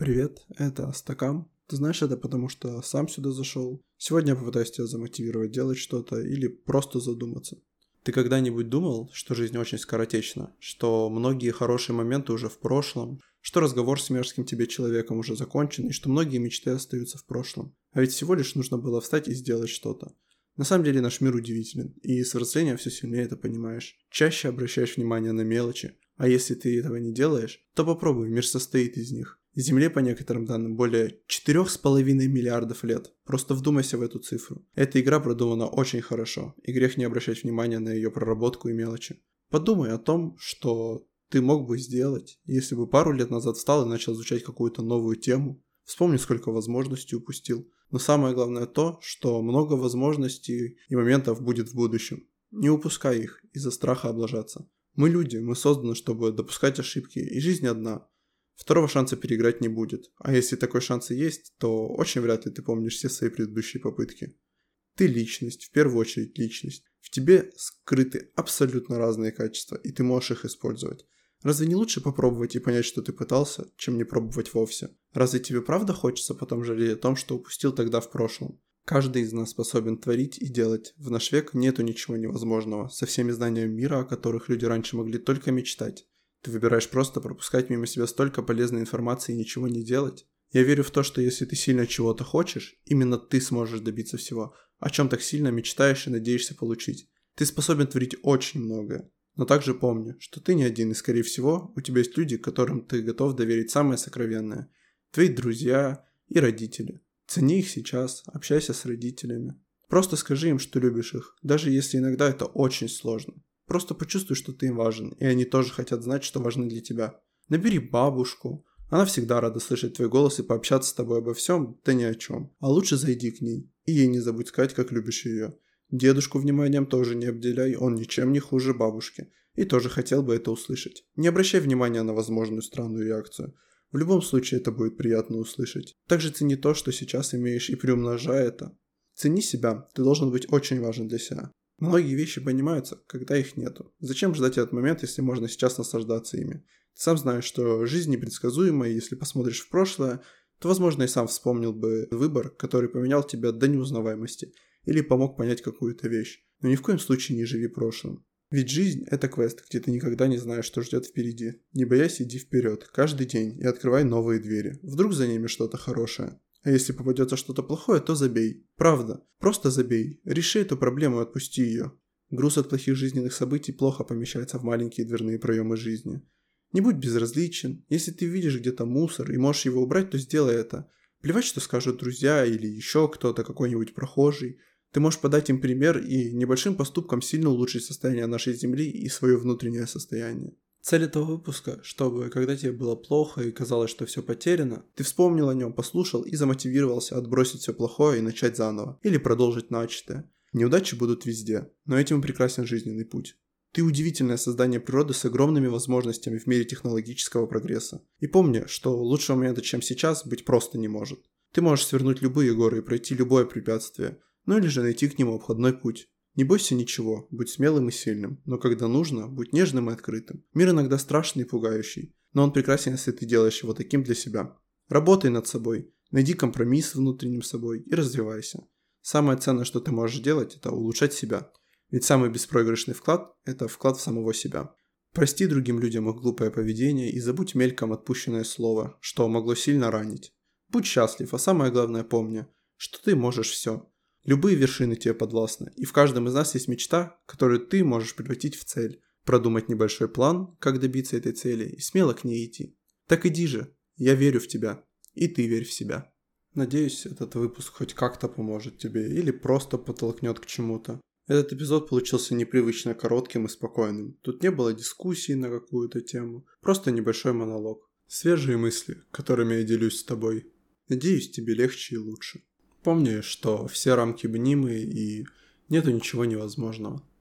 Привет, это Стакан. Ты знаешь это потому, что сам сюда зашел. Сегодня я попытаюсь тебя замотивировать делать что-то или просто задуматься. Ты когда-нибудь думал, что жизнь очень скоротечна, что многие хорошие моменты уже в прошлом, что разговор с мерзким тебе человеком уже закончен, и что многие мечты остаются в прошлом? А ведь всего лишь нужно было встать и сделать что-то. На самом деле наш мир удивителен, и с взрослением все сильнее это понимаешь. Чаще обращаешь внимание на мелочи, а если ты этого не делаешь, то попробуй, мир состоит из них. Земле, по некоторым данным, более 4,5 миллиардов лет. Просто вдумайся в эту цифру. Эта игра продумана очень хорошо, и грех не обращать внимания на ее проработку и мелочи. Подумай о том, что ты мог бы сделать, если бы пару лет назад встал и начал изучать какую-то новую тему. Вспомни, сколько возможностей упустил. Но самое главное то, что много возможностей и моментов будет в будущем. Не упускай их из-за страха облажаться. Мы люди, мы созданы, чтобы допускать ошибки, и жизнь одна. Второго шанса переиграть не будет, а если такой шанс и есть, то очень вряд ли ты помнишь все свои предыдущие попытки. Ты личность, в первую очередь личность. В тебе скрыты абсолютно разные качества, и ты можешь их использовать. Разве не лучше попробовать и понять, что ты пытался, чем не пробовать вовсе? Разве тебе правда хочется потом жалеть о том, что упустил тогда в прошлом? Каждый из нас способен творить и делать. В наш век нету ничего невозможного, со всеми знаниями мира, о которых люди раньше могли только мечтать. Ты выбираешь просто пропускать мимо себя столько полезной информации и ничего не делать? Я верю в то, что если ты сильно чего-то хочешь, именно ты сможешь добиться всего, о чем так сильно мечтаешь и надеешься получить. Ты способен творить очень многое. Но также помни, что ты не один, и скорее всего у тебя есть люди, которым ты готов доверить самое сокровенное. Твои друзья и родители. Цени их сейчас, общайся с родителями. Просто скажи им, что любишь их, даже если иногда это очень сложно. Просто почувствуй, что ты им важен, и они тоже хотят знать, что важно для тебя. Набери бабушку. Она всегда рада слышать твой голос и пообщаться с тобой обо всем, да ни о чем. А лучше зайди к ней, и ей не забудь сказать, как любишь ее. Дедушку вниманием тоже не обделяй, он ничем не хуже бабушки. И тоже хотел бы это услышать. Не обращай внимания на возможную странную реакцию. В любом случае это будет приятно услышать. Также цени то, что сейчас имеешь, и приумножай это. Цени себя, ты должен быть очень важен для себя. Многие вещи понимаются, когда их нету. Зачем ждать этот момент, если можно сейчас наслаждаться ими? Ты сам знаешь, что жизнь непредсказуема, и если посмотришь в прошлое, то, возможно, и сам вспомнил бы выбор, который поменял тебя до неузнаваемости, или помог понять какую-то вещь. Но ни в коем случае не живи прошлым. Ведь жизнь – это квест, где ты никогда не знаешь, что ждет впереди. Не боясь, иди вперед, каждый день, и открывай новые двери. Вдруг за ними что-то хорошее. А если попадется что-то плохое, то забей. Правда, просто забей. Реши эту проблему и отпусти ее. Груз от плохих жизненных событий плохо помещается в маленькие дверные проемы жизни. Не будь безразличен. Если ты видишь где-то мусор и можешь его убрать, то сделай это. Плевать, что скажут друзья или еще кто-то, какой-нибудь прохожий. Ты можешь подать им пример и небольшим поступком сильно улучшить состояние нашей Земли и свое внутреннее состояние. Цель этого выпуска, чтобы, когда тебе было плохо и казалось, что все потеряно, ты вспомнил о нем, послушал и замотивировался отбросить все плохое и начать заново, или продолжить начатое. Неудачи будут везде, но этим и прекрасен жизненный путь. Ты удивительное создание природы с огромными возможностями в мире технологического прогресса. И помни, что лучшего момента, чем сейчас, быть просто не может. Ты можешь свернуть любые горы и пройти любое препятствие, ну или же найти к нему обходной путь. Не бойся ничего, будь смелым и сильным, но когда нужно, будь нежным и открытым. Мир иногда страшный и пугающий, но он прекрасен, если ты делаешь его таким для себя. Работай над собой, найди компромисс с внутренним собой и развивайся. Самое ценное, что ты можешь делать, это улучшать себя. Ведь самый беспроигрышный вклад – это вклад в самого себя. Прости другим людям их глупое поведение и забудь мельком отпущенное слово, что могло сильно ранить. Будь счастлив, а самое главное помни, что ты можешь все. Любые вершины тебе подвластны, и в каждом из нас есть мечта, которую ты можешь превратить в цель. Продумать небольшой план, как добиться этой цели, и смело к ней идти. Так иди же, я верю в тебя, и ты верь в себя. Надеюсь, этот выпуск хоть как-то поможет тебе, или просто подтолкнет к чему-то. Этот эпизод получился непривычно коротким и спокойным. Тут не было дискуссий на какую-то тему, просто небольшой монолог. Свежие мысли, которыми я делюсь с тобой. Надеюсь, тебе легче и лучше. Помни, что все рамки мнимые и нету ничего невозможного.